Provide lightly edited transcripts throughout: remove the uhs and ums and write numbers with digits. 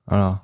啊。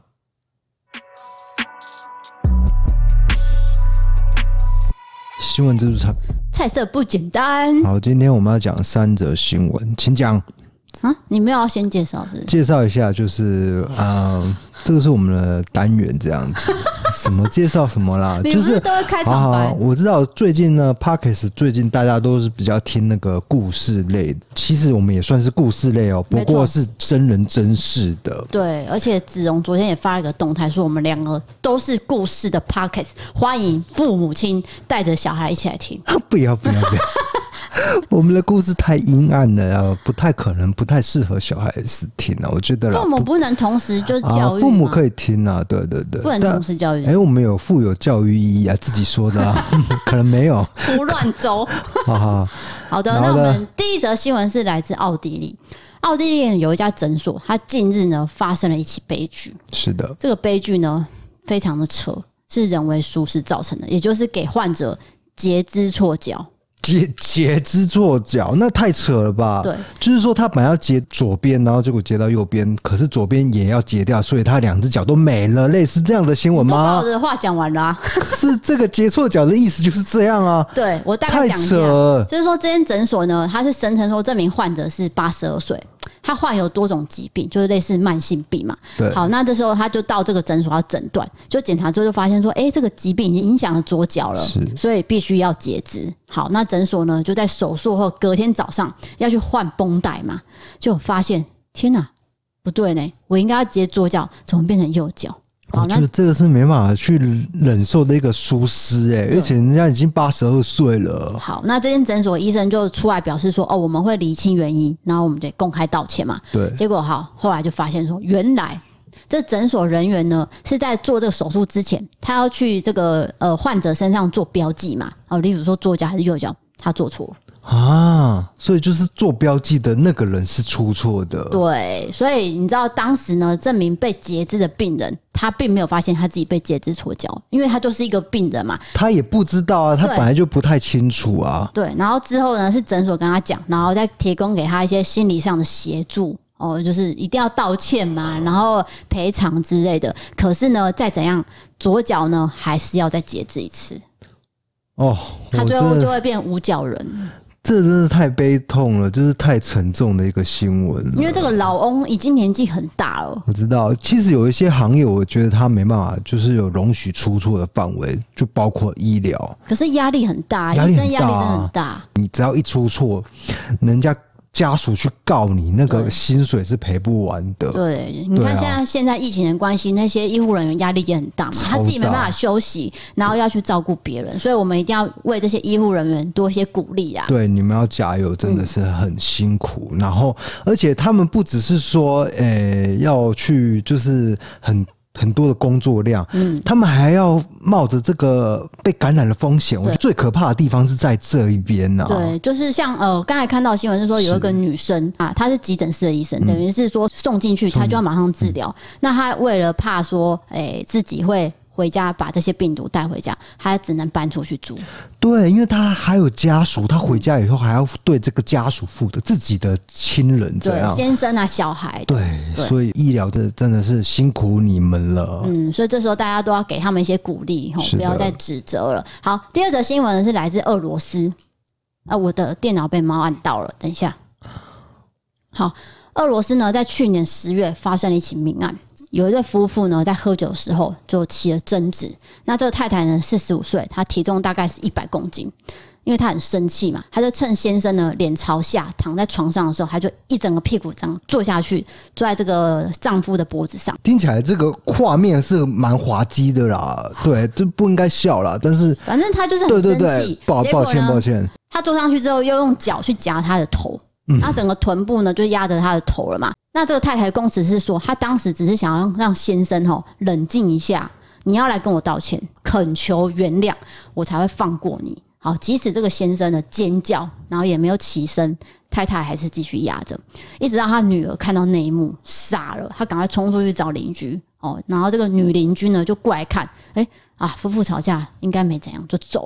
新闻自助餐， 菜色不简单。 好，今天我们要讲3则新闻，请讲。 啊，你没有要先介绍是不是？ 介绍一下，就是这个是我们的单元这样子。什么介绍什么啦？ 你不是都会开场白？ 好，我知道最近呢 Podcast 最近大家都是比较听那个故事类的，其实我们也算是故事类哦，不过是真人真事的。 对，而且子荣昨天也发了一个动态，说我们2个都是故事的 Podcast， 欢迎父母亲带着小孩一起来听。 不要！我们的故事太阴暗了，不太可能，不太适合小孩子听啊。我觉得啦， 父母不能同时就教育吗？ 父母可以听啊，对， 不能同时教育。 我们有富有教育意义啊，自己说的啊，可能没有。 胡乱走。好的，那我们第一则新闻是来自奥地利。奥地利有一家诊所，它近日呢发生了一起悲剧。 是的， 这个悲剧呢非常的扯，是人为疏失造成的，也就是给患者截肢错脚。 截肢错脚，那太扯了吧？ 对， 就是说他本来要截左边，然后结果截到右边，可是左边也要截掉，所以他2只脚都没了，类似这样的新闻吗？ 都把我的话讲完了啊。 可是这个截错脚的意思就是这样啊。 对，我大概讲一下，就是说这间诊所呢，他是声称说这名患者是82岁。他患有多种疾病，就是类似慢性病嘛。 对。 好，那这时候他就到这个诊所要诊断，就检查之后就发现说，这个疾病已经影响了左脚了，所以必须要截肢。好，那诊所呢就在手术后隔天早上要去换绷带嘛，就发现天哪，不对呢，我应该要截左脚，怎么变成右脚？ 我觉得这个是没办法去忍受的一个疏失而且人家已经82岁了。 好，那这间诊所医生就出来表示说，我们会厘清原因，然后我们得公开道歉嘛。 对。 结果后来就发现说，原来这诊所人员呢是在做这个手术之前，他要去这个患者身上做标记嘛。例如说左脚还是右脚，他做错了。 所以就是做标记的那个人是出错的。 对，所以你知道当时呢，这名被截肢的病人他并没有发现他自己被截肢错脚，因为他就是一个病人嘛， 他也不知道啊，他本来就不太清楚啊。 对，然后之后呢是诊所跟他讲，然后再提供给他一些心理上的协助。就是一定要道歉嘛，然后赔偿之类的。可是呢，再怎样，左脚呢还是要再截肢一次。他最后就会变无脚人。 这真是太悲痛了，就是太沉重的一个新闻了。 因为这个老翁已经年纪很大了。 我知道，其实有一些行业，我觉得他没办法，就是有容许出错的范围，就包括医疗。 可是压力很大，医生压力真的很大。 你只要一出错，人家家属去告你，那个薪水是赔不完的。 对，你看现在疫情的关系，那些医护人员压力也很大嘛，他自己没办法休息，然后要去照顾别人，所以我们一定要为这些医护人员多一些鼓励啊。 对，你们要加油，真的是很辛苦。然后，而且他们不只是说，要去就是很多的工作量，他们还要冒着这个被感染的风险。我觉得最可怕的地方是在这一边啊。 对，就是像刚才看到新闻是说有一个女生啊，她是急诊室的医生，等于是说送进去她就要马上治疗。那她为了怕说，自己会回家把这些病毒带回家，他只能搬出去住。 对，因为他还有家属，他回家以后还要对这个家属负责，自己的亲人这样， 对，先生啊，小孩。 对，所以医疗真的是辛苦你们了。 所以这时候大家都要给他们一些鼓励，不要再指责了。好，第二则新闻是来自俄罗斯。我的电脑被猫按到了，等一下。好，俄罗斯呢，在去年10月发生了一起命案。有一对夫妇呢，在喝酒的时候就起了争执。那这个太太呢，45岁，她体重大概是100公斤。因为她很生气嘛，她就趁先生呢脸朝下躺在床上的时候，她就一整个屁股这样坐下去，坐在这个丈夫的脖子上。 听起来这个画面是蛮滑稽的啦，对，这不应该笑啦，但是反正她就是很生气。 对，抱歉。 她坐上去之后，又用脚去夹她的头。那整个臀部呢就压着他的头了嘛。那这个太太的供词是说，她当时只是想要让先生冷静一下，你要来跟我道歉，恳求原谅，我才会放过你。好，即使这个先生的尖叫，然后也没有起身，太太还是继续压着，一直让他女儿看到那一幕傻了，她赶快冲出去找邻居。然后这个女邻居呢就过来看，夫妇吵架应该没怎样就走了。可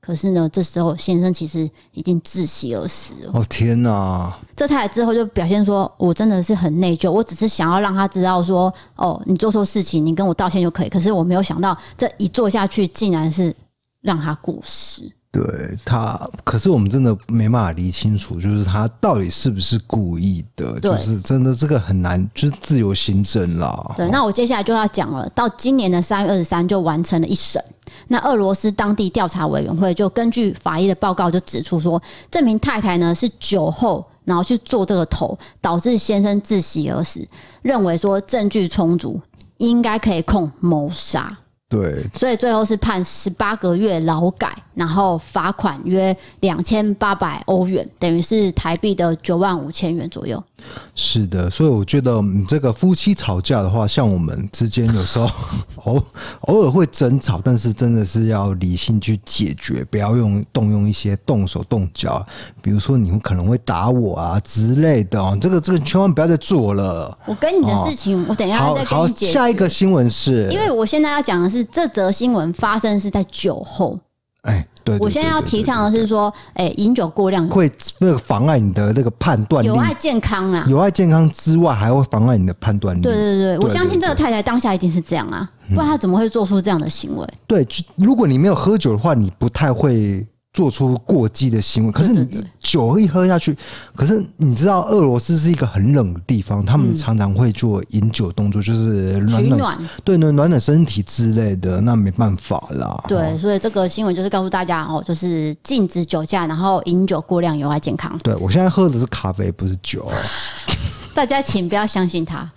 可是呢，这时候先生其实已经窒息而死了。 哦天哪！ 这太太之后就表现说，我真的是很内疚，我只是想要让他知道说，哦，你做错事情，你跟我道歉就可以。可是我没有想到，这一做下去，竟然是让他过世。 对他，可是我们真的没办法理清楚，就是他到底是不是故意的，就是真的这个很难，就是自由行政啦。 对，那我接下来就要讲了，到今年的3月23就完成了一审。那俄罗斯当地调查委员会就根据法医的报告就指出说，这名太太呢是酒后然后去做这个头，导致先生窒息而死，认为说证据充足，应该可以控谋杀。 对， 所以最后是判18个月劳改，然后罚款约2800欧元，等于是台币的95000元左右。 是的，所以我觉得这个夫妻吵架的话，像我们之间有时候偶尔会争吵，但是真的是要理性去解决，不要动用一些动手动脚，比如说你们可能会打我啊之类的哦，这个千万不要再做了。 我跟你的事情，我等一下再跟你解决。 好，下一个新闻是， 因为我现在要讲的是这则新闻发生是在酒后。 对， 我现在要提倡的是说，饮酒过量会那个妨碍你的那个判断力， 有害健康啊， 有害健康之外，还会妨碍你的判断力。 对，我相信这个太太当下一定是这样啊，不然她怎么会做出这样的行为？ 对，如果你没有喝酒的话，你不太会做出过激的行为，可是你酒一喝下去，可是你知道俄罗斯是一个很冷的地方，他们常常会做饮酒动作，就是暖暖身体之类的，那没办法啦。 对，所以这个新闻就是告诉大家哦，就是禁止酒驾，然后饮酒过量有害健康。 对，我现在喝的是咖啡，不是酒。 大家请不要相信他，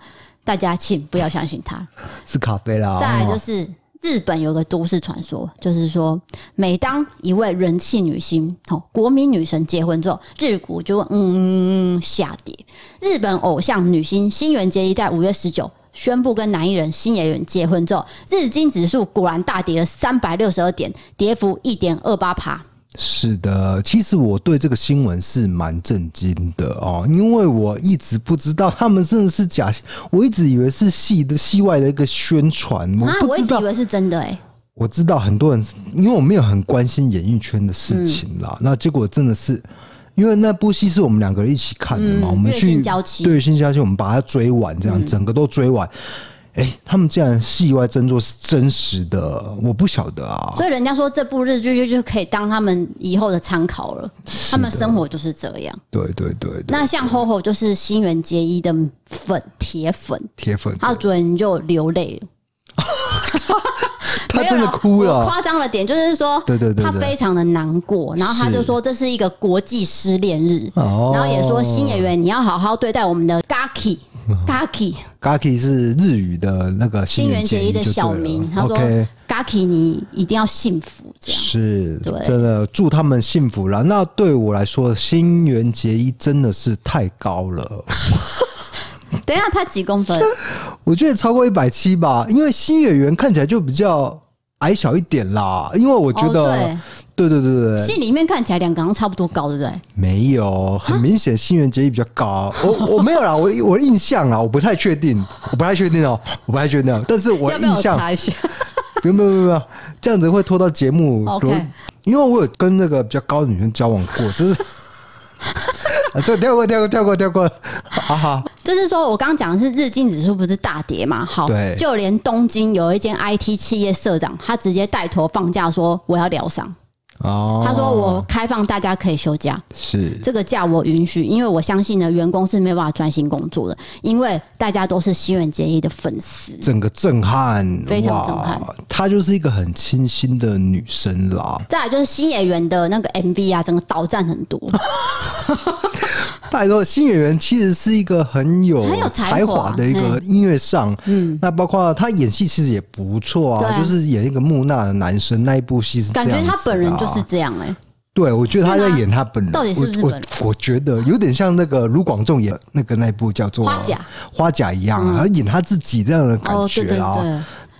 是咖啡啦。 再来就是日本有个都市传说，就是说，每当一位人气女星、国民女神结婚之后，日股就会下跌。日本偶像女星新垣结衣在5月19宣布跟男艺人新演员结婚之后，日经指数果然大跌了362点，跌幅1.28%。 是的，其实我对这个新闻是蛮震惊的哦，因为我一直不知道他们真的是假，我一直以为是戏外的一个宣传， 我一直以为是真的我知道很多人，因为我没有很关心演艺圈的事情啦，那结果真的是。因为那部戏是我们两个人一起看的嘛，我们去月薪娇妻， 对，月薪娇妻，我们把它追完，这样整个都追完。他们竟然戏外真做是真实的，我不晓得啊。 所以人家说这部日剧就可以当他们以后的参考了，他们生活就是这样。 对。 那像 HoHo 就是新垣结衣的铁粉，他昨天就流泪了。 他真的哭了， 夸张了点，就是说， 对， 他非常的难过，然后他就说这是一个国际失恋日，然后也说新演员你要好好对待我们的 Gaki 是日语的那个新垣结衣的小名，他说 Gaki 你一定要幸福，这样是真的祝他们幸福了。那对我来说，新垣结衣真的是太高了。 等一下，他几公分？ 我觉得超过170吧，因为新演员看起来就比较矮小一点啦。因为我觉得，对， 戏里面看起来两个人差不多高，对不对？ 没有，很明显新垣结衣比较高。我没有啦，我印象啦，我不太确定哦，但是我印象， 要不要我查一下？ 不用，这样子会拖到节目。 OK， 因为我有跟那个比较高的女生交往过，就是。这跳过，好， 就是说我刚刚讲的是日经指数不是大跌嘛？好， 对， 就连东京有一间 IT 企业社长，他直接带头放假说我要疗伤。他说我开放大家可以休假， 是这个假我允许，因为我相信呢员工是没有办法专心工作的，因为大家都是新垣结衣的粉丝， 整个震撼， 非常震撼。 她就是一个很清新的女生啦。 再来就是新演员的那个 MV 啊，整个导战很多。 拜托，新演员其实是一个很有才华的一个音乐上，那包括他演戏其实也不错啊，就是演一个木讷的男生，那一部戏是这样子， 感觉他本人就是这样对，我觉得他在演他本人， 到底是不是本人？ 我觉得有点像那个卢广仲演那一部叫做《花甲》一样，他演他自己这样的感觉啊。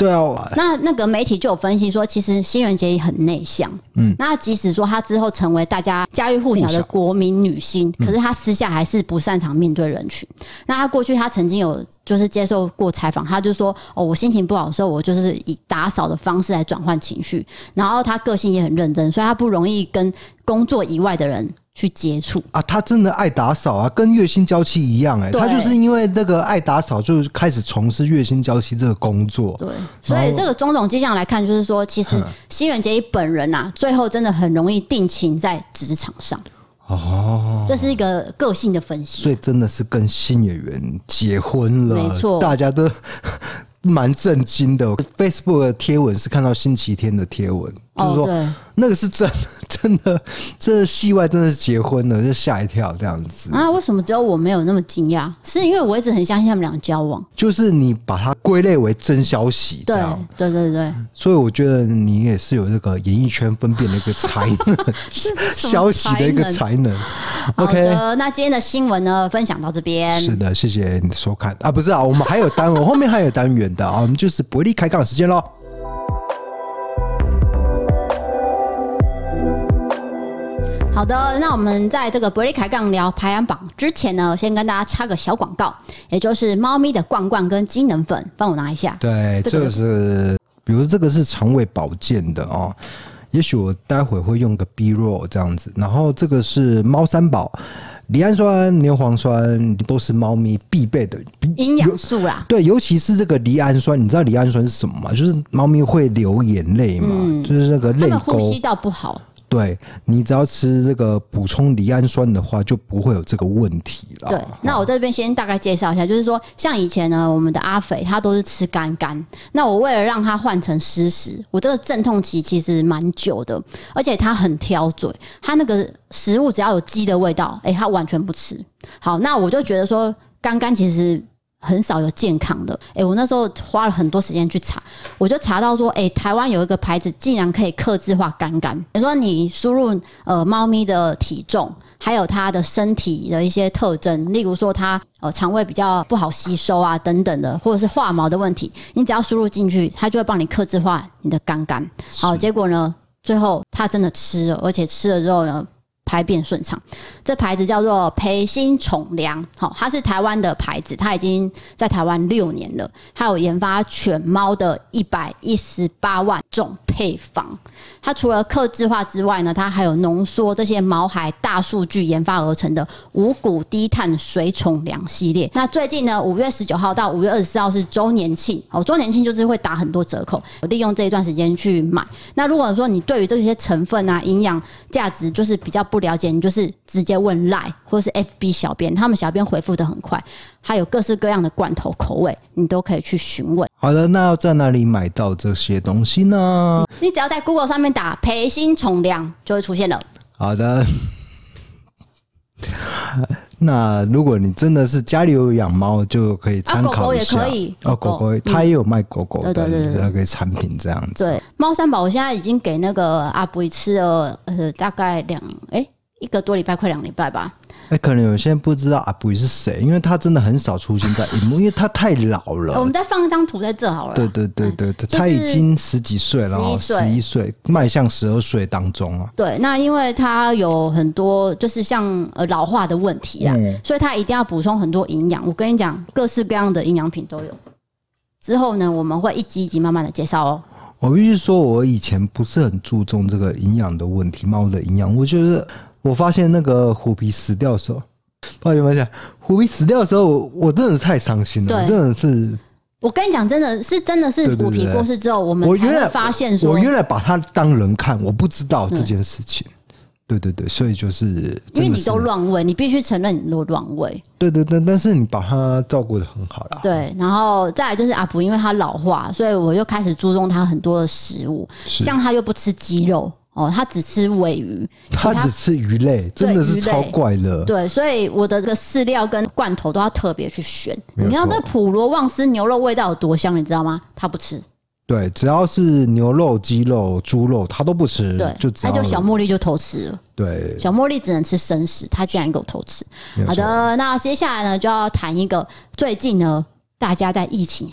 对啊， 那个媒体就有分析说，其实新垣结衣很内向。那即使说她之后成为大家家喻户晓的国民女星，可是她私下还是不擅长面对人群。那她过去她曾经有就是接受过采访，她就说：“哦，我心情不好的时候，我就是以打扫的方式来转换情绪。然后她个性也很认真，所以她不容易跟工作以外的人去接触啊，他真的爱打扫啊，跟月薪娇妻一样他就是因为那个爱打扫，就开始从事月薪娇妻这个工作。 对，所以这个种种迹象来看，就是说，其实新垣结衣本人啊，最后真的很容易定情在职场上。哦，这是一个个性的分析， 所以真的是跟新演员结婚了， 没错， 大家都蛮震惊的。Facebook 的贴文是看到星期天的贴文，就是说那个是真的，这戏外真的是结婚了，就吓一跳这样子。 啊，为什么只有我没有那么惊讶？是因为我一直很相信他们俩交往， 就是你把它归类为真消息，这样对。 所以我觉得你也是有这个演艺圈分辨的一个才能，消息的一个才能。OK， 好的，那今天的新闻呢，分享到这边。 是的，谢谢你的收看啊，不是啊，我们还有单元，后面还有单元的啊，我们就是伯利开杠的时间咯。 好的，那我们在这个伯利开杠聊排行榜之前呢，先跟大家插个小广告，也就是猫咪的罐罐跟机能粉，帮我拿一下。 对，这个是，比如这个是肠胃保健的哦，也许我待会会用个 B-roll 这样子，然后这个是猫三宝。赖氨酸、牛磺酸都是猫咪必备的营养素啦。 对，尤其是这个赖氨酸，你知道赖氨酸是什么吗？就是猫咪会流眼泪嘛，就是那个泪沟，它们呼吸道不好。 对，你只要吃这个补充赖氨酸的话，就不会有这个问题了。 对，那我这边先大概介绍一下，就是说，像以前呢，我们的阿肥他都是吃干干，那我为了让他换成湿食，我这个阵痛期其实蛮久的，而且他很挑嘴，他那个食物只要有鸡的味道，他完全不吃。好，那我就觉得说，干干其实很少有健康的。我那时候花了很多时间去查，我就查到说，台湾有一个牌子竟然可以客制化干干。比如说你输入猫咪的体重，还有它的身体的一些特征，例如说它肠胃比较不好吸收啊等等的，或者是化毛的问题，你只要输入进去，它就会帮你客制化你的干干。好，结果呢，最后它真的吃了，而且吃了之后呢，排便顺畅。这牌子叫做培心宠粮，它是台湾的牌子，它已经在台湾6年了。它有研发犬猫的118万种配方。它除了客制化之外呢，它还有浓缩这些毛孩大数据研发而成的无谷低碳水宠粮系列。那最近呢，5月19号到5月24号是周年庆，周年庆就是会打很多折扣，利用这一段时间去买。那如果说你对于这些成分啊、营养价值就是比较不了解，你就是直接问 LINE 或是 FB 小编，他们小编回复的很快，还有各式各样的罐头口味，你都可以去询问。 好的，那要在哪里买到这些东西呢？ 你只要在 Google 上面打培心宠粮就会出现了。 好的。那如果你真的是家里有养猫，就可以参考一下。 狗狗也可以， 狗狗他也有卖狗狗的那个产品这样子。 对，猫三宝我现在已经给那个阿布吃了大概1个多礼拜，快2礼拜吧。 可能有些人不知道阿布是谁，因为他真的很少出现在荧幕，因为他太老了。 我们再放一张图在这好了。 对，他已经10几岁了，11岁，迈向12岁当中啊。 对，那因为他有很多就是像老化的问题啊，所以他一定要补充很多营养。我跟你讲，各式各样的营养品都有。之后呢，我们会一集一集慢慢的介绍哦。 我必须说，我以前不是很注重这个营养的问题，猫的营养，我觉得。我发现那个虎皮死掉的时候，不好意思，虎皮死掉的时候，我真的是太伤心了，真的是。我跟你讲，真的是虎皮过世之后，我们才会发现说， 我原来把它当人看，我不知道这件事情。对，所以就是因为你都乱喂，你必须承认你都乱喂。 对，但是你把它照顾得很好啦。 对，然后再来就是阿普，因为他老化，所以我又开始注重他很多的食物，像他又不吃鸡肉。他只吃鲔鱼， 他只吃鱼类，真的是超怪的。 对，所以我的这个饲料跟罐头都要特别去选。你看这普罗旺斯牛肉味道有多香，你知道吗？他不吃。 对，只要是牛肉、鸡肉、猪肉，他都不吃。 对，他就小茉莉就偷吃了。 对， 小茉莉只能吃生食，他竟然给我偷吃。好的，那接下来呢就要谈一个最近呢，大家在疫情下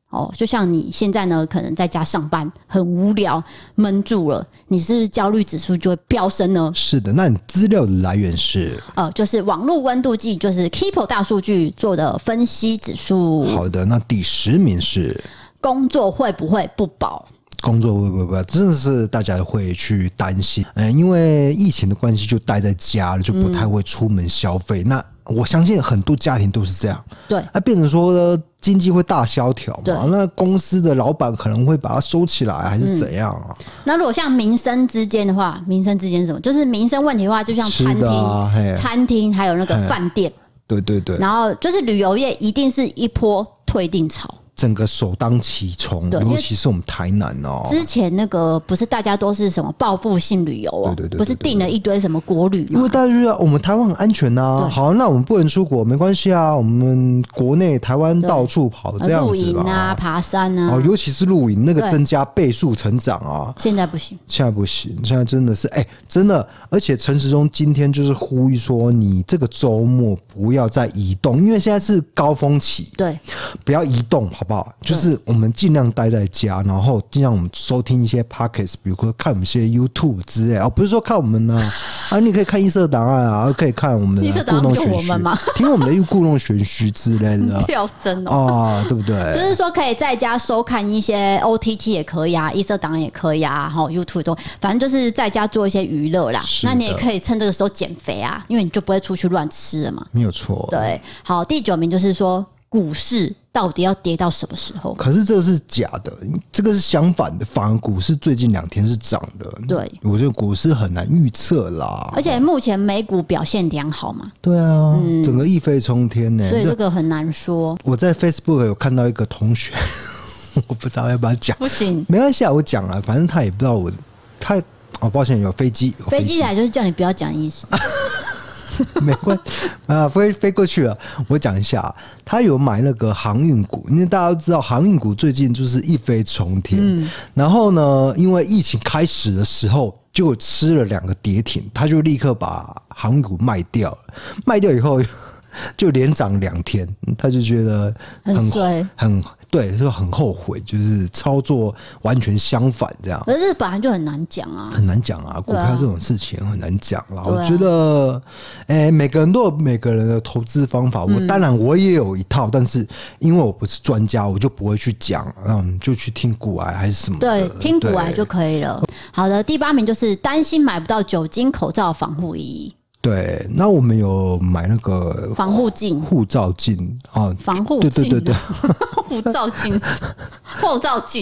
就像你现在呢，可能在家上班很无聊，闷住了，你是不是焦虑指数就会飙升呢？ 是的，那你资料的来源是？ 就是网络温度计，就是 Keepo 大数据做的分析指数。 好的，那第10名是工作会不会不保？ 工作会不会真的是大家会去担心，因为疫情的关系就待在家了，就不太会出门消费。那我相信很多家庭都是这样， 对， 那变成说经济会大萧条嘛，那公司的老板可能会把它收起来，还是怎样啊？ 那如果像民生之间的话，民生之间什么？就是民生问题的话，就像餐厅还有那个饭店， 对对对， 然后就是旅游业一定是一波退订潮。 整个首当其冲，尤其是我们台南之前那个不是大家都是什么报复性旅游对，不是订了一堆什么国旅吗？ 因为大家就觉得我们台湾很安全啊，好，那我们不能出国没关系啊，我们国内台湾到处跑这样子， 露营啊，爬山啊， 尤其是露营那个增加倍数成长啊， 现在不行， 现在真的是真的，而且陈时中今天就是呼吁说，你这个周末不要再移动，因为现在是高峰期， 对，不要移动，好不好？就是我们尽量待在家，然后尽量我们收听一些 podcast， 比如说看我们一些 YouTube 之类不是说看我们你可以看异色档案啊，可以看我们的故弄玄虚，听我们的故弄玄虚之类的， 跳针对不对？ 就是说可以在家收看一些 OTT 也可以啊，异色档案也可以啊，YouTube 都，反正就是在家做一些娱乐啦。那你也可以趁这个时候减肥啊，因为你就不会出去乱吃了嘛。 没有错。 对，好，第9名就是说股市到底要跌到什么时候？ 可是这个是假的，这个是相反的，反而股市最近2天是涨的。 对， 我觉得股市很难预测啦。 而且目前美股表现良好嘛。 对啊，整个一飞冲天呢， 所以这个很难说。 我在 Facebook 有看到一个同学，我不知道要不要讲， 不行， 没关系啊，我讲了，反正他也不知道抱歉，有飞机来就是叫你不要讲意思。 没关系飞过去了。我讲一下，他有买那个航运股，因为大家都知道航运股最近就是一飞冲天。然后呢，因为疫情开始的时候就吃了2个跌停，他就立刻把航运股卖掉了。卖掉以后就连涨2天，他就觉得很对，就很后悔，就是操作完全相反这样。 可是本来就很难讲啊， 很难讲啊，股票这种事情很难讲啦。我觉得，每个人都有每个人的投资方法。当然我也有一套，但是因为我不是专家，我就不会去讲，就去听股癌还是什么的。 对，听股癌就可以了。好的，第8名就是担心买不到酒精、口罩、防护衣。 对，那我们有买那个防护镜、 护照镜啊， 防护镜， 对， 护照镜、后照镜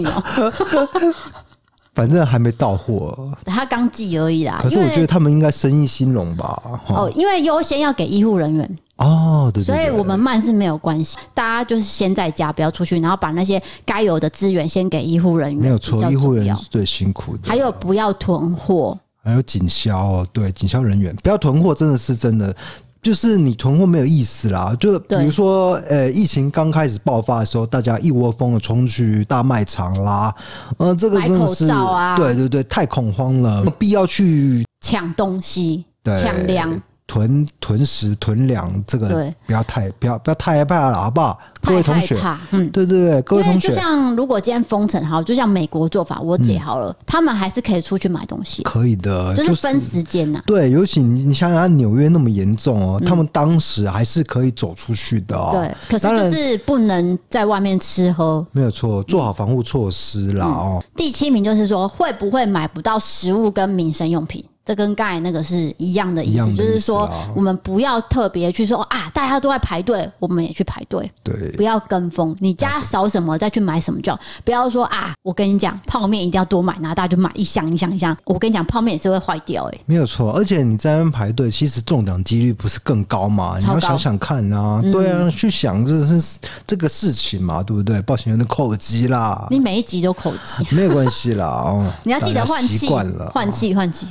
反正还没到货， 他刚寄而已啦。 可是我觉得他们应该生意兴隆吧？ 因为优先要给医护人员。 对， 所以我们慢是没有关系，大家就是先在家不要出去，然后把那些该有的资源先给医护人员， 没有错，医护人员是最辛苦的。 还有不要囤货。 还有警消，对，警消人员不要囤货，真的，就是你囤货没有意思啦。就比如说，疫情刚开始爆发的时候，大家一窝蜂的冲去大卖场啦，这个真的是， 买口罩啊， 对，太恐慌了，没必要去抢东西、抢粮。 囤食囤粮，这个不要太害怕了，好不好？各位同学，对，各位同学， 就像如果今天封城好，就像美国做法，我姐好了，他们还是可以出去买东西， 可以的， 就是分时间呐。 对，尤其你想想，纽约那么严重他们当时还是可以走出去的对，可是就是不能在外面吃喝， 没有错，做好防护措施啦。 第7名就是说，会不会买不到食物跟民生用品？这跟刚才那个是一样的意思，就是说我们不要特别去说大家都在排队，我们也去排队， 对， 不要跟风。你家少什么再去买什么就好，不要说我跟你讲，泡面一定要多买，然后大家就买一箱。我跟你讲，泡面也是会坏掉没有错。而且你在那边排队，其实中奖几率不是更高吗？你要想想看啊，对啊，去想这个事情嘛，对不对？抱歉，有点口急啦。 你每一集都口急， 没有关系啦。 你要记得换气哈。 是。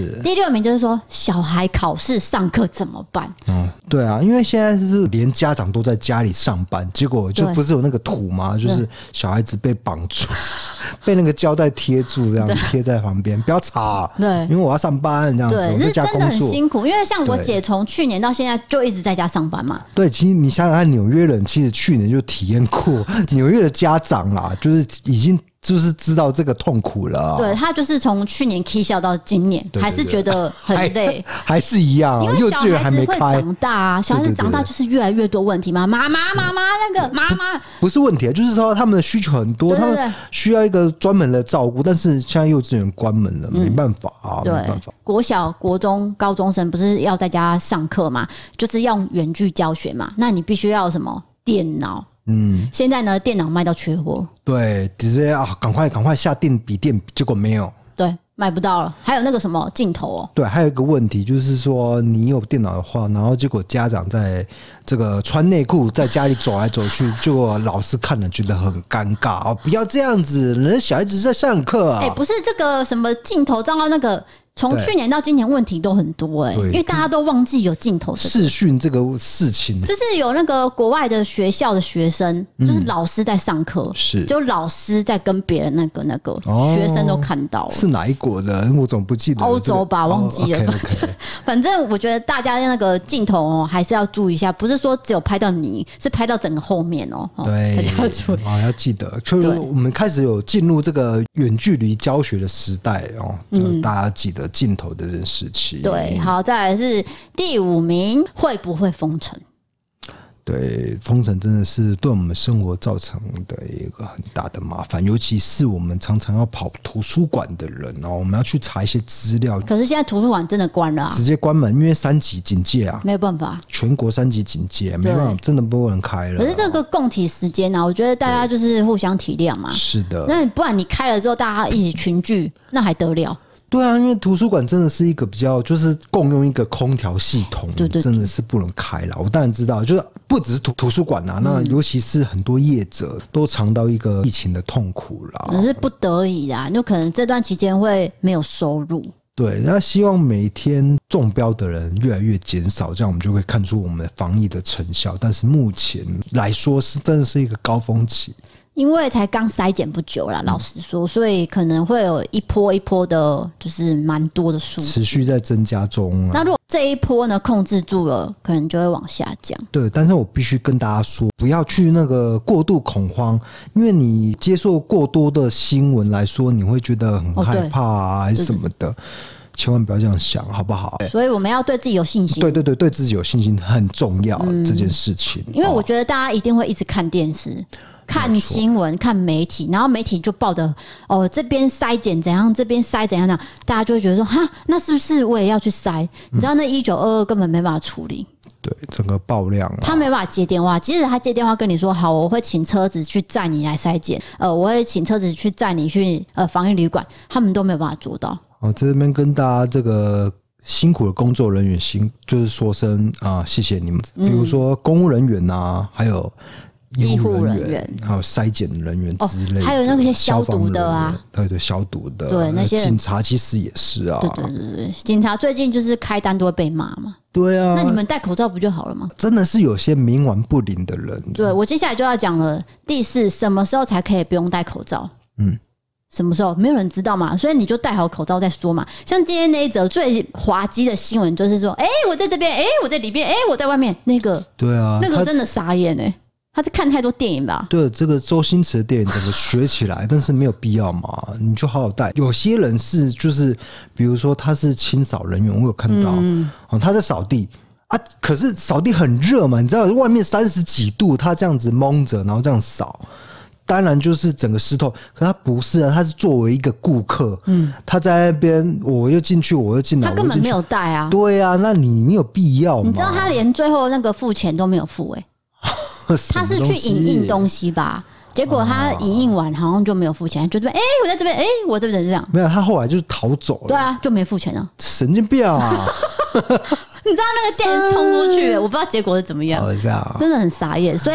是。 第6名就是说小孩考试上课怎么办？ 对啊，因为现在是连家长都在家里上班，结果就不是有那个图吗？就是小孩子被绑住，被那个胶带贴住，这样贴在旁边，不要吵。 对， 因为我要上班这样子， 对， 我在家工作， 真的很辛苦。因为像我姐从去年到现在就一直在家上班嘛。 对，其实你想想看，纽约人其实去年就体验过，纽约的家长啦，就是已经。就是知道这个痛苦了、啊， 对他就是从去年 K 笑到今年，对对对，还是觉得很累， 还是一样、啊，因为小孩子会长大啊，小孩子长大就是越来越多问题嘛。妈妈那个妈妈不是问题，就是说他们的需求很多，对对对，他们需要一个专门的照顾，但是现在幼稚园关门了，没办法啊， 对， 没办法。 国小、国中、高中生不是要在家上课嘛，就是要远距教学嘛，那你必须要有什么电脑。现在呢，电脑卖到缺货， 对，直接啊，赶快下定笔电，结果没有， 对，买不到了。还有那个什么镜头哦， 对，还有一个问题就是说，你有电脑的话，然后结果家长在这个穿内裤在家里走来走去，结果老师看了觉得很尴尬哦，不要这样子，人家小孩子在上课啊。 不是这个什么镜头照到那个。从去年到今年问题都很多因为大家都忘记有镜头视讯这个事情， 就是有那个国外的学校的学生，就是老师在上课，是就老师在跟别人那个学生都看到了， 是哪一国的？我总不记得， 欧洲吧，忘记了。反正我觉得大家那个镜头还是要注意一下，不是说只有拍到你，是拍到整个后面对， 要注意要记得，就是我们开始有进入这个远距离教学的时代大家记得。镜头的这件事情， 对，好，再来是第5名，会不会封城？ 对，封城真的是对我们生活造成的一个很大的麻烦，尤其是我们常常要跑图书馆的人我们要去查一些资料。 可是现在图书馆真的关了直接关门，因为3级警戒啊， 没有办法， 全国3级警戒，没办法，真的不能开了。 可是这个共体时间我觉得大家就是互相体谅嘛。 是的， 那不然你开了之后，大家一起群聚，那还得了？ 对啊，因为图书馆真的是一个比较，就是共用一个空调系统，对，真的是不能开了。我当然知道，就是不只是图书馆那尤其是很多业者都尝到一个疫情的痛苦啦， 可是不得已啦，就可能这段期间会没有收入。 对，那希望每天中标的人越来越减少，这样我们就会看出我们防疫的成效。但是目前来说，是真的是一个高峰期。 因为才刚筛检不久啦，老实说，所以可能会有一波一波的，就是蛮多的数字持续在增加中那如果这一波呢控制住了，可能就会往下降。 对，但是我必须跟大家说，不要去那个过度恐慌，因为你接受过多的新闻来说，你会觉得很害怕还是什么的。千万不要这样想，好不好？ 所以我们要对自己有信心。 对，对自己有信心很重要，这件事情。 因为我觉得大家一定会一直看电视。看新闻、看媒体，然后媒体就报的这边筛检怎样，这边筛怎样，大家就会觉得说哈，那是不是我也要去筛？你知道那1922根本没办法处理， 对整个爆量他没办法接电话。即使他接电话跟你说好，我会请车子去载你来筛检，我会请车子去载你去防疫旅馆，他们都没有办法做到。 在这边跟大家这个辛苦的工作人员就是说声谢谢你们。比如说公务人员还有医护人员，还有筛检人员之类的， 还有那些消毒的对消毒的， 对那些警察其实也是对，警察最近就是开单都会被骂嘛。 对啊， 那你们戴口罩不就好了吗？ 真的是有些冥顽不灵的人。 对，我接下来就要讲了。第4，什么时候才可以不用戴口罩？什么时候没有人知道嘛，所以你就戴好口罩再说嘛。像今天那一则最滑稽的新闻，就是说，我在这边，我在里边，我在外面，那个， 对啊， 那个真的傻眼他是看太多电影吧？ 对，这个周星驰的电影整个学起来，但是没有必要嘛，你就好好戴。有些人是就是，比如说他是清扫人员，我有看到，他在扫地可是扫地很热嘛，你知道外面30几度，他这样子蒙着，然后这样扫。当然就是整个湿透，可他不是他是作为一个顾客，他在那边，我又进去，我又进来， 他根本没有带啊。 对啊，那你有必要吗？ 你知道他连最后那个付钱都没有付他是去影印东西吧？结果他影印完好像就没有付钱，就这边我在这边我这边这样。 没有，他后来就是逃走了。 对啊，就没付钱啊， 神经病啊！ 你知道那个店冲出去，我不知道结果是怎么样。 这样真的很傻眼。所以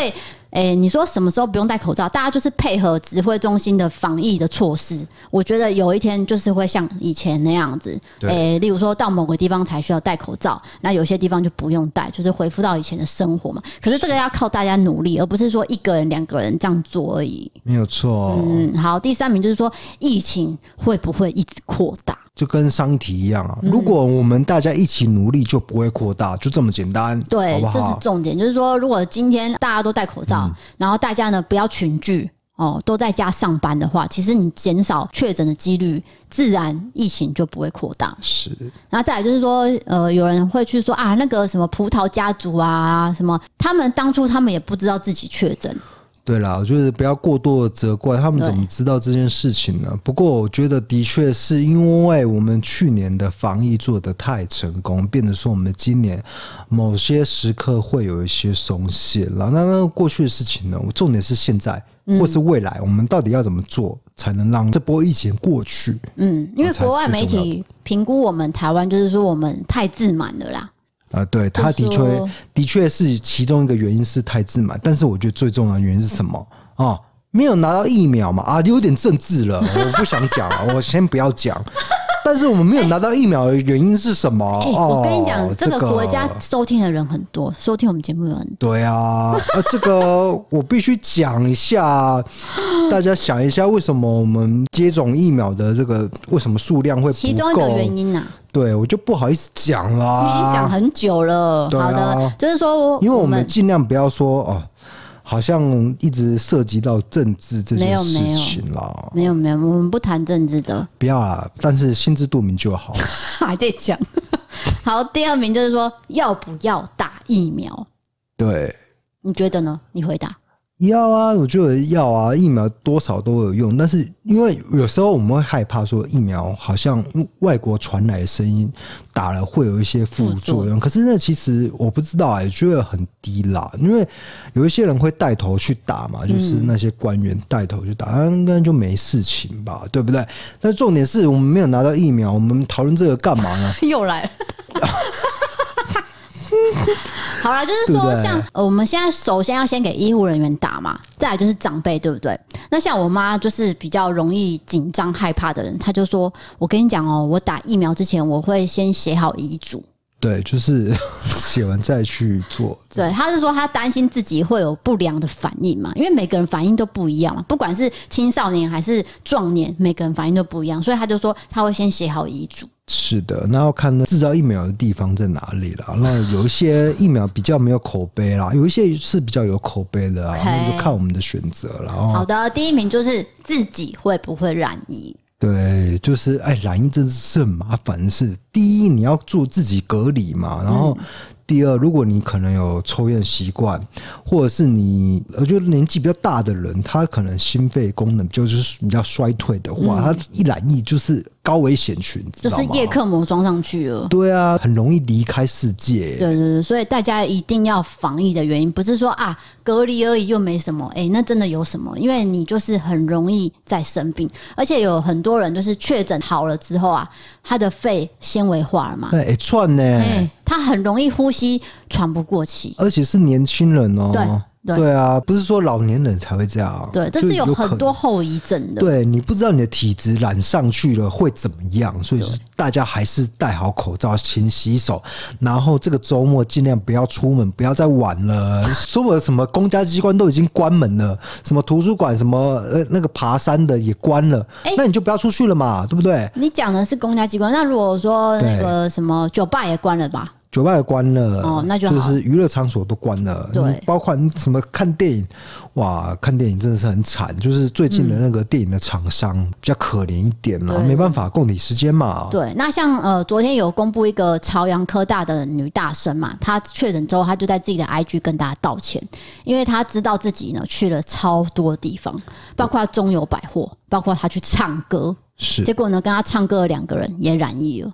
你说什么时候不用戴口罩？大家就是配合指挥中心的防疫的措施。我觉得有一天就是会像以前那样子，例如说到某个地方才需要戴口罩，那有些地方就不用戴，就是恢复到以前的生活嘛。可是这个要靠大家努力，而不是说一个人、2个人这样做而已。 没有错。 好，第3名就是说疫情会不会一直扩大？ 就跟上一题一样啊，如果我们大家一起努力，就不会扩大，就这么简单。 对， 好不好？ 这是重点，就是说，如果今天大家都戴口罩，然后大家呢不要群聚都在家上班的话，其实你减少确诊的几率，自然疫情就不会扩大。 是。 然后再来就是说，有人会去说啊，那个什么葡萄家族啊，什么他们当初他们也不知道自己确诊。 对啦，我觉得不要过多的责怪他们，怎么知道这件事情呢？不过我觉得的确是因为我们去年的防疫做得太成功，变得说我们今年某些时刻会有一些松懈了。那过去的事情呢？重点是现在或是未来，我们到底要怎么做才能让这波疫情过去？ 因为国外媒体评估我们台湾，就是说我们太自满了啦。 对，他的确是其中一个原因是太自满，但是我觉得最重要的原因是什么啊？没有拿到疫苗嘛，有点政治了，我不想讲了，我先不要讲。但是我们没有拿到疫苗的原因是什么？ 我跟你讲，这个国家收听的人很多，收听我们节目的人很多。 对啊，这个我必须讲一下，大家想一下，为什么我们接种疫苗的这个为什么数量会不够？ 其中一个原因啊。 对，我就不好意思讲啦， 你已经讲很久了。好的，就是说， 因为我们尽量不要说好像一直涉及到政治这件事情啦。 没有，我们不谈政治的。 不要啦，但是心知肚明就好。 还在讲。好，第2名就是说要不要打疫苗？ 对， 你觉得呢？你回答。 要啊，我觉得要啊，疫苗多少都有用，但是因为有时候我们会害怕说疫苗好像外国传来的声音打了会有一些副作用，可是那其实我不知道觉得很低啦，因为有一些人会带头去打嘛，就是那些官员带头去打，应该就没事情吧，对不对？但重点是我们没有拿到疫苗，我们讨论这个干嘛呢？ 又来了。好啦，就是说像我们现在首先要先给医护人员打嘛，再来就是长辈，对不对？那像我妈就是比较容易紧张害怕的人，她就说我跟你讲我打疫苗之前我会先写好遗嘱。 对，就是写完再去做。 对，他是说他担心自己会有不良的反应嘛，因为每个人反应都不一样嘛，不管是青少年还是壮年，每个人反应都不一样，所以他就说他会先写好遗嘱。 是的，那要看制造疫苗的地方在哪里啦。那有一些疫苗比较没有口碑啦，有一些是比较有口碑的那就看我们的选择了。 好的，第1名就是自己会不会染疫。 对，就是染疫真是很麻烦的事。第一，你要做自己隔离嘛，然后第二，如果你可能有抽烟习惯，或者是我觉得年纪比较大的人，他可能心肺功能就是比较衰退的话，他一染疫就是高危险群， 就是叶克膜装上去了。 对啊，很容易离开世界。 对，所以大家一定要防疫的原因，不是说隔离而已又没什么，那真的有什么？因为你就是很容易再生病，而且有很多人就是确诊好了之后他的肺纤维化了嘛， 串呢， 他很容易呼吸喘不过气， 而且是年轻人对啊，不是说老年人才会这样。 对，这是有很多后遗症的。 对，你不知道你的体质染上去了会怎么样，所以大家还是戴好口罩，勤洗手，然后这个周末尽量不要出门，不要再玩了。所有什么公家机关都已经关门了，什么图书馆、什么那个爬山的也关了，那你就不要出去了嘛，对不对？ 你讲的是公家机关，那如果说那个什么酒吧也关了吧？ 酒吧也关了， 那就好， 就是娱乐场所都关了。对，包括什么看电影，哇，看电影真的是很惨。就是最近的那个电影的厂商比较可怜一点啦，没办法，共体时间嘛。 对，那像昨天有公布一个朝阳科大的女大生嘛，她确诊之后，她就在自己的 IG 跟大家道歉，因为她知道自己呢去了超多地方，包括中友百货，包括她去唱歌，结果呢跟她唱歌的2个人也染疫了。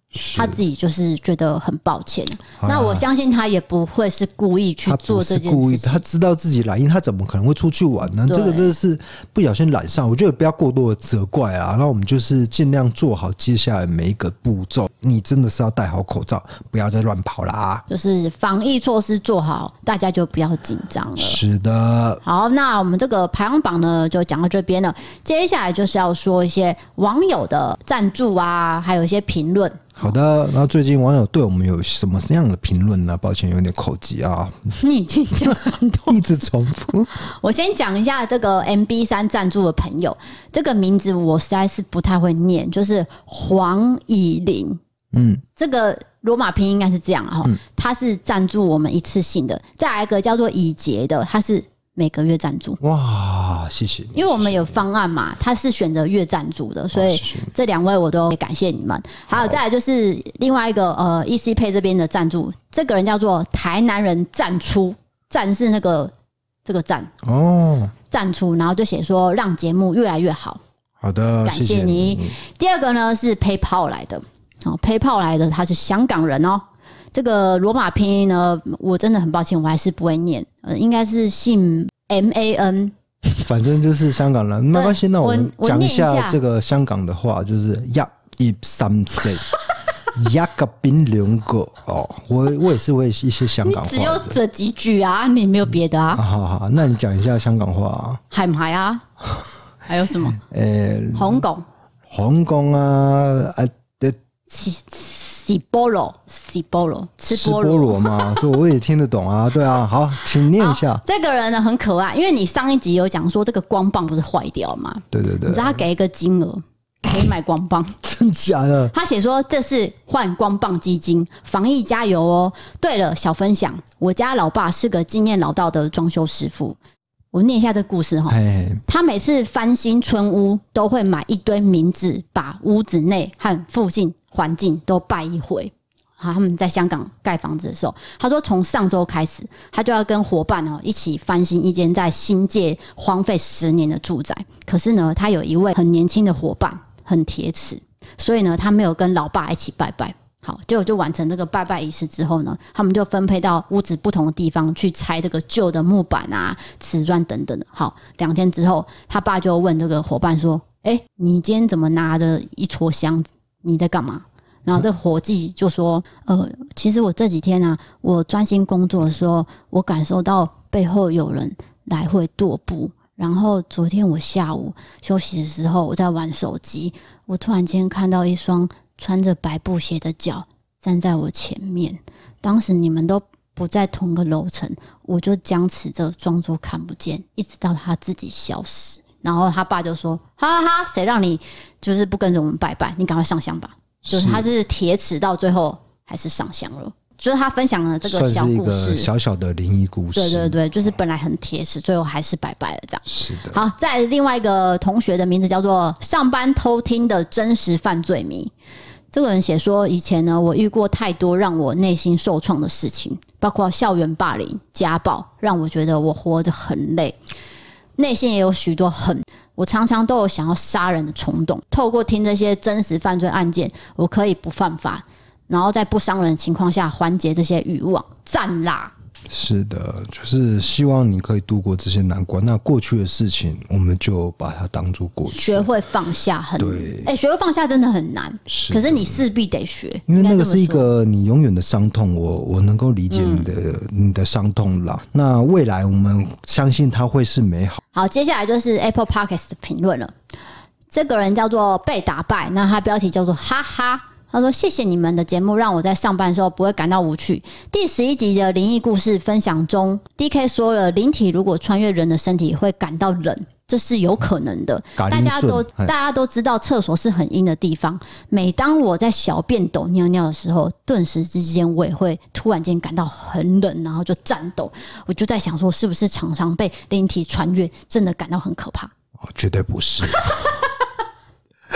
他自己就是觉得很抱歉。那我相信他也不会是故意去做这件事情， 他知道自己染疫，他怎么可能会出去玩呢？这个真的是不小心染上，我觉得不要过多的责怪啊。那我们就是尽量做好接下来每一个步骤，你真的是要戴好口罩，不要再乱跑啦。 就是防疫措施做好，大家就不要紧张了。 是的。 好，那我们这个排行榜呢就讲到这边了，接下来就是要说一些网友的赞助啊，还有一些评论。 好的，然后最近网友对我们有什么样的评论呢？抱歉，有点口急啊。 你已经讲很多， 一直重复。 我先讲一下这个 MB3 赞助的朋友，这个名字我实在是不太会念，就是黄以玲。这个罗马拼音应该是这样哈，他是赞助我们一次性的。再来一个叫做以杰的，他是每个月赞助。 哇，谢谢你！ 因为我们有方案嘛，他是选择月赞助的，所以这2位我都感谢你们。还有再来就是另外一个EC Pay 这边的赞助，这个人叫做台南人赞出，赞是那个这个赞哦，赞出，然后就写说让节目越来越好。 好的， 感谢你。第二个呢是 PayPal 来的，PayPal 来的他是香港人哦。这个罗马拼音呢，我真的很抱歉，我还是不会念，应该是姓 MAN， 反正就是香港人，没关系。那我们讲一下这个香港的话，就是一三四，一个冰两个哦。我也是会一些香港话， 你只有这几句啊，你没有别的啊。 好，那你讲一下香港话啊， 海唔海啊？还有什么？香港啊， 吃菠萝吃菠萝吗？对，我也听得懂啊。对啊，好，请念一下。 这个人呢很可爱，因为你上一集有讲说这个光棒不是坏掉吗？ 对， 你知道他给一个金额可以买光棒， 真假的？ 他写说这是换光棒基金，防疫加油哦。对了，小分享，我家老爸是个经验老道的装修师傅。我念一下这故事哈，他每次翻新村屋都会买一堆冥纸，把屋子内和附近环境都拜一回。他们在香港盖房子的时候，他说从上周开始，他就要跟伙伴一起翻新一间在新界荒废10年的住宅。可是呢，他有一位很年轻的伙伴，很铁齿，所以呢，他没有跟老爸一起拜拜。好，结果就完成这个拜拜仪式之后呢，他们就分配到屋子不同的地方去拆这个旧的木板啊、瓷砖等等的。好，2天之后，他爸就问这个伙伴说：“你今天怎么拿着一撮香？你在干嘛？”然后这伙计就说：“其实我这几天啊，我专心工作的时候，我感受到背后有人来回踱步。然后昨天我下午休息的时候，我在玩手机，我突然间看到一双穿着白布鞋的脚站在我前面。当时你们都不在同个楼层，我就僵持着装作看不见，一直到他自己消失。”然后他爸就说：“哈哈哈，谁让你就是不跟着我们拜拜？你赶快上香吧。”就是他是铁齿，到最后还是上香了。就是他分享了这个小故事， 小小的灵异故事。 对，就是本来很铁齿，最后还是拜拜了这样。 是的。 好，在另外一个同学的名字叫做上班偷听的真实犯罪迷。这个人写说，以前呢，我遇过太多让我内心受创的事情，包括校园霸凌、家暴，让我觉得我活得很累，内心也有许多恨。我常常都有想要杀人的冲动。透过听这些真实犯罪案件，我可以不犯法，然后在不伤人的情况下缓解这些欲望。赞啦！ 是的，就是希望你可以度过这些难关。那过去的事情，我们就把它当作过去， 学会放下对，学会放下真的很难，可是你势必得学， 因为那个是一个你永远的伤痛。我能够理解你的伤痛啦。那未来我们相信它会是美好。 好，接下来就是 Apple Podcast 的评论了。这个人叫做被打败，那他标题叫做哈哈。他说：“谢谢你们的节目，让我在上班的时候不会感到无趣。第11集的灵异故事分享中 ，DK 说了，灵体如果穿越人的身体会感到冷，这是有可能的。大家都知道，厕所是很阴的地方。每当我在小便斗尿尿的时候，顿时之间我也会突然间感到很冷，然后就颤抖。我就在想说，是不是常常被灵体穿越，真的感到很可怕？” 绝对不是。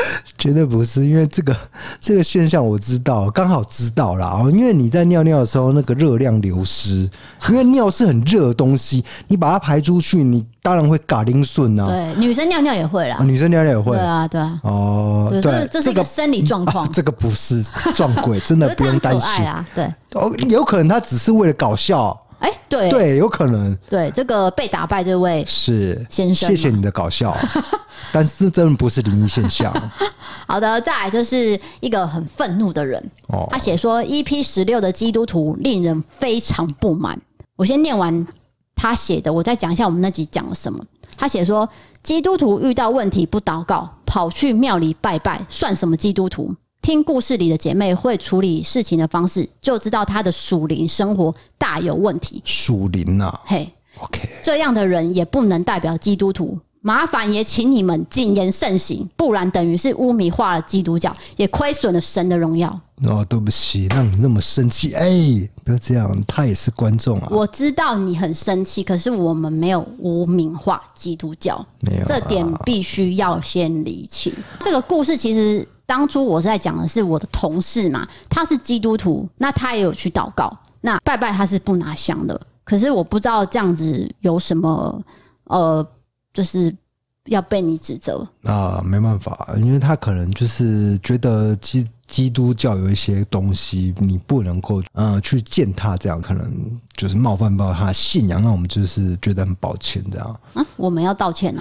绝对不是，因为这个现象我知道，刚好知道啦。因为你在尿尿的时候，那个热量流失，因为尿是很热的东西，你把它排出去，你当然会嘎铃顺啊。 对，女生尿尿也会啦， 女生尿尿也会。 对啊，对啊。 哦，对， 这是一个生理状况、 这个不是撞鬼，真的不用担心啦。对， 有可能他只是为了搞笑。对，有可能。 对，这个被打败这位是先生， 谢谢你的搞笑，但是这真的不是灵异现象。 好的，再来就是一个很愤怒的人，他写说 EP16 的基督徒令人非常不满。我先念完他写的，我再讲一下我们那集讲了什么。他写说，基督徒遇到问题不祷告，跑去庙里拜拜，算什么基督徒？听故事里的姐妹会处理事情的方式，就知道她的属灵生活大有问题。 属灵啊， 嘿 ，OK， 这样的人也不能代表基督徒。麻烦也请你们谨言慎行，不然等于是污名化了基督教，也亏损了神的荣耀。 对不起，让你那么生气，不要这样，他也是观众啊。 我知道你很生气，可是我们没有污名化基督教， 没有， 这点必须要先厘清。这个故事其实当初我是在讲的是我的同事嘛，他是基督徒，那他也有去祷告，那拜拜他是不拿香的，可是我不知道这样子有什么就是要被你指责啊，没办法，因为他可能就是觉得基督教有一些东西你不能够去践踏，这样可能就是冒犯到他的信仰，那我们就是觉得很抱歉这样。 我们要道歉啊？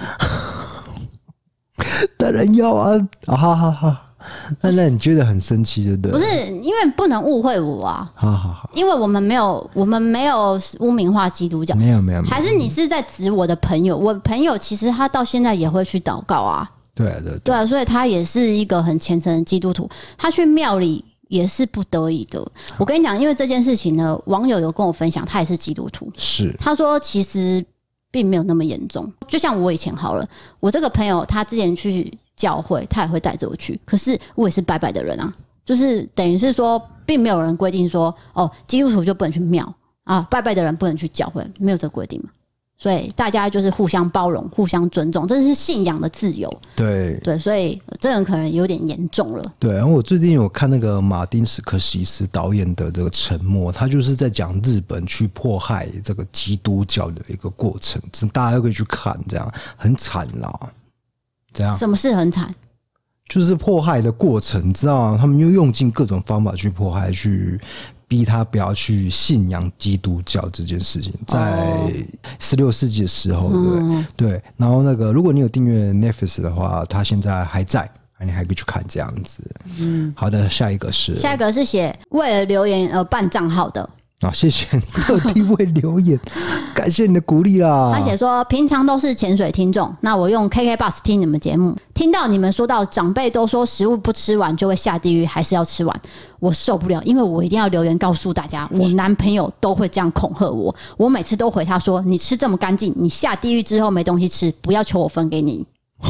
当然要啊！好。那你觉得很生气，对不对？ 不是，因为不能误会我啊。好，因为我们没有污名化基督教， 没有， 还是你是在指我的朋友？我朋友其实他到现在也会去祷告啊。 对啊， 所以他也是一个很虔诚的基督徒，他去庙里也是不得已的。我跟你讲，因为这件事情呢，网友有跟我分享，他也是基督徒， 是他说其实并没有那么严重。就像我以前好了，我这个朋友他之前去教会，他也会带着我去，可是我也是拜拜的人啊，就是等于是说，并没有人规定说，基督徒就不能去庙啊，拜拜的人不能去教会，没有这个规定嘛。所以大家就是互相包容、互相尊重，这是信仰的自由。 对， 所以这人可能有点严重了。 对，然后我最近有看那个马丁·史克西斯导演的这个《沉默》，他就是在讲日本去迫害这个基督教的一个过程，大家都可以去看，这样很惨啦。这样什么事很惨？ 就是迫害的过程，知道吗？他们又用尽各种方法去迫害，去逼他不要去信仰基督教这件事情，在16世纪的时候，对不对？对。然后那个，如果你有订阅 Netflix 的话，他现在还在，你还可以去看这样子。好的，下一个是写为了留言而办账号的。 谢谢你特地为留言，感谢你的鼓励啦。 他写说，平常都是潜水听众，那我用 KKBOX 听你们节目，听到你们说到长辈都说食物不吃完就会下地狱，还是要吃完，我受不了，因为我一定要留言告诉大家，我男朋友都会这样恐吓我，我每次都回他说，你吃这么干净，你下地狱之后没东西吃，不要求我分给你。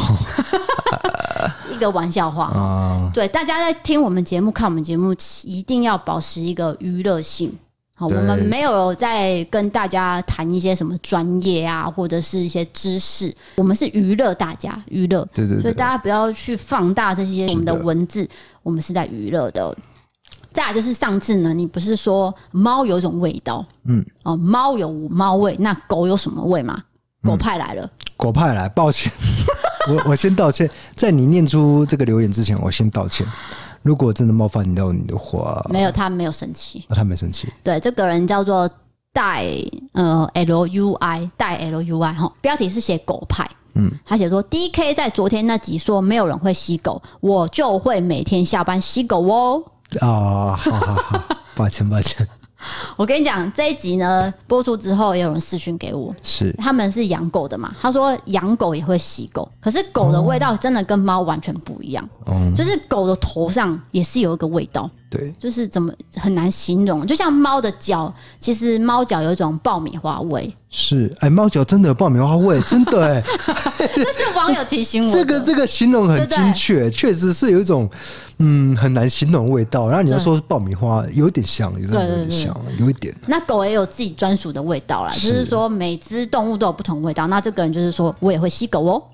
一个玩笑话。对，大家在听我们节目、看我们节目，一定要保持一个娱乐性。好，我们没有在跟大家谈一些什么专业啊，或者是一些知识，我们是娱乐大家，娱乐。 对， 所以大家不要去放大这些我们的文字，我们是在娱乐的。再来就是上次呢，你不是说猫有一种味道，猫有猫味，那狗有什么味吗？狗派来了， 狗派来，抱歉，我先道歉，在你念出这个留言之前，我先道歉。如果真的冒犯到你的话， 没有，他没有生气， 他没生气。 对，这个人叫做戴LUI 哈，标题是写狗派。他写说 DK 在昨天那集说没有人会吸狗，我就会每天下班吸狗哦。 好，抱歉。 我跟你讲，这一集呢播出之后，也有人私讯给我， 是他们是养狗的嘛？他说养狗也会吸狗，可是狗的味道真的跟猫完全不一样，就是狗的头上也是有一个味道， 对， 就是怎么很难形容，就像猫的脚，其实猫脚有一种爆米花味。 是，猫脚真的有爆米花味，真的这是网友提醒我的。 这个形容很精确，确实是有一种很难形容的味道。然后你要说是爆米花，有点像，有点像，有一点。 那狗也有自己专属的味道啦，就是说每只动物都有不同味道。那这个人就是说我也会吸狗哦。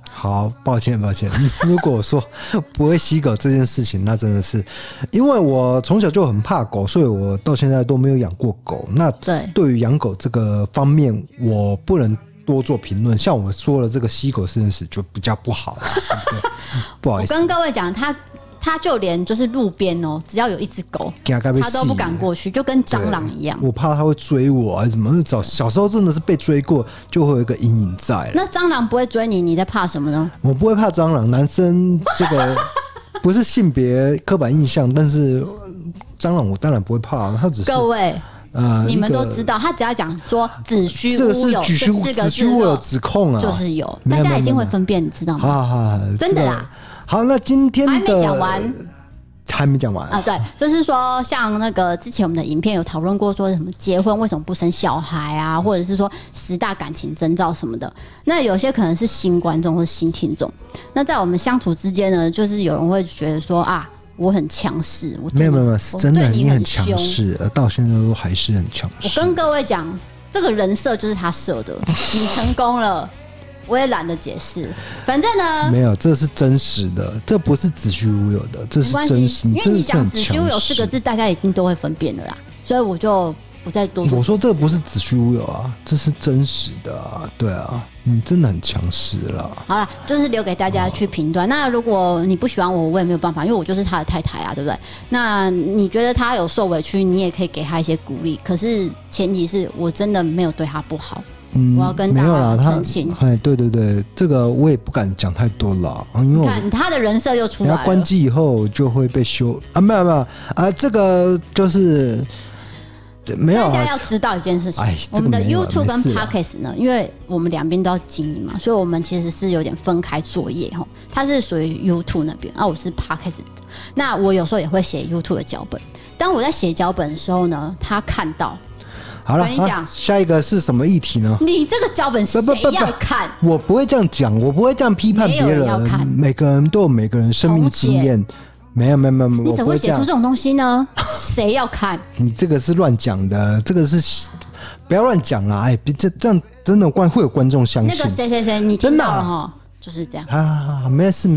好，抱歉。如果我说不会吸狗这件事情，那真的是因为我从小就很怕狗，所以我到现在都没有养过狗。那对于养狗这个方面，我不能多做评论。像我说了这个吸狗这件事，就比较不好了，对，不好意思。 我跟各位讲，他就连就是路边哦，只要有一只狗，他都不敢过去，就跟蟑螂一样。 我怕他会追我还是什么？小时候真的是被追过，就会有一个阴影在了。 那蟑螂不会追你，你在怕什么呢？ 我不会怕蟑螂，男生这个不是性别刻板印象，但是蟑螂我当然不会怕，他只是各位。你们都知道，他只要讲说子虚乌有， 子虚乌有指控啊， 就是有，大家已经会分辨，你知道吗？ 好， 真的啦。 好，那今天的还没讲完。 还没讲完啊，对，就是说，像那个之前我们的影片有讨论过，说什么结婚为什么不生小孩啊，或者是说10大感情征兆什么的。那有些可能是新观众或新听众。那在我们相处之间呢，就是有人会觉得说啊，我很强势， 没有，是真的你很强势，到现在都还是很强势。 我跟各位讲，这个人设就是他设的，你成功了。我也懒得解释，反正呢， 没有，这是真实的，这不是子虚乌有的，这是真实。 因为你讲子虚乌有4个字，大家已经都会分辨了啦，所以我就不再多说。 我说这不是子虚乌有啊，这是真实的啊，对啊，你真的很强势啦。 好啦，就是留给大家去评断。那如果你不喜欢我，我也没有办法，因为我就是他的太太啊，对不对？那你觉得他有受委屈，你也可以给他一些鼓励，可是前提是我真的没有对他不好。我要跟大家澄清。 对，这个我也不敢讲太多了，因为你看他的人设又出来了。 他关机以后就会被修啊，没有啊，这个就是没有。 大家要知道一件事情，我们的 YouTube 跟 Podcast 呢，因为我们两边都要经营嘛，所以我们其实是有点分开作业哈。他是属于 YouTube 那边，我是 Podcast 的。那我有时候也会写 YouTube 的脚本。当我在写脚本的时候呢，他看到。 好了，下一个是什么议题呢？ 你这个脚本谁要看？ 我不会这样讲，我不会这样批判别人。每个人都有每个人生命经验。没有， 你怎么会写出这种东西呢？谁要看？ 你这个是乱讲的，这个是不要乱讲啦！这样真的会有观众相信。 那个谁，你听到了哈？就是这样。 好，没事。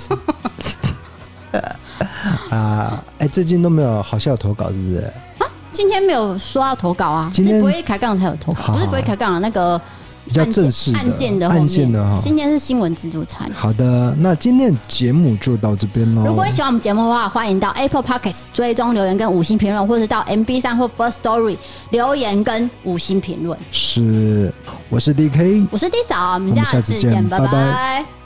最近都没有好笑投稿，是不是？ 今天没有说要投稿啊，是不会开杠才有投稿，不是不会开杠那个比较正式的案件的后面的。今天是新闻自助餐。 好的，那今天的节目就到这边喽。 如果你喜欢我们节目的话，欢迎到 Apple Podcast 追踪留言跟5星评论，或是到 MB3 或 First Story 留言跟5星评论。 是，我是 DK， 我是 D 嫂，我们下次见，拜拜。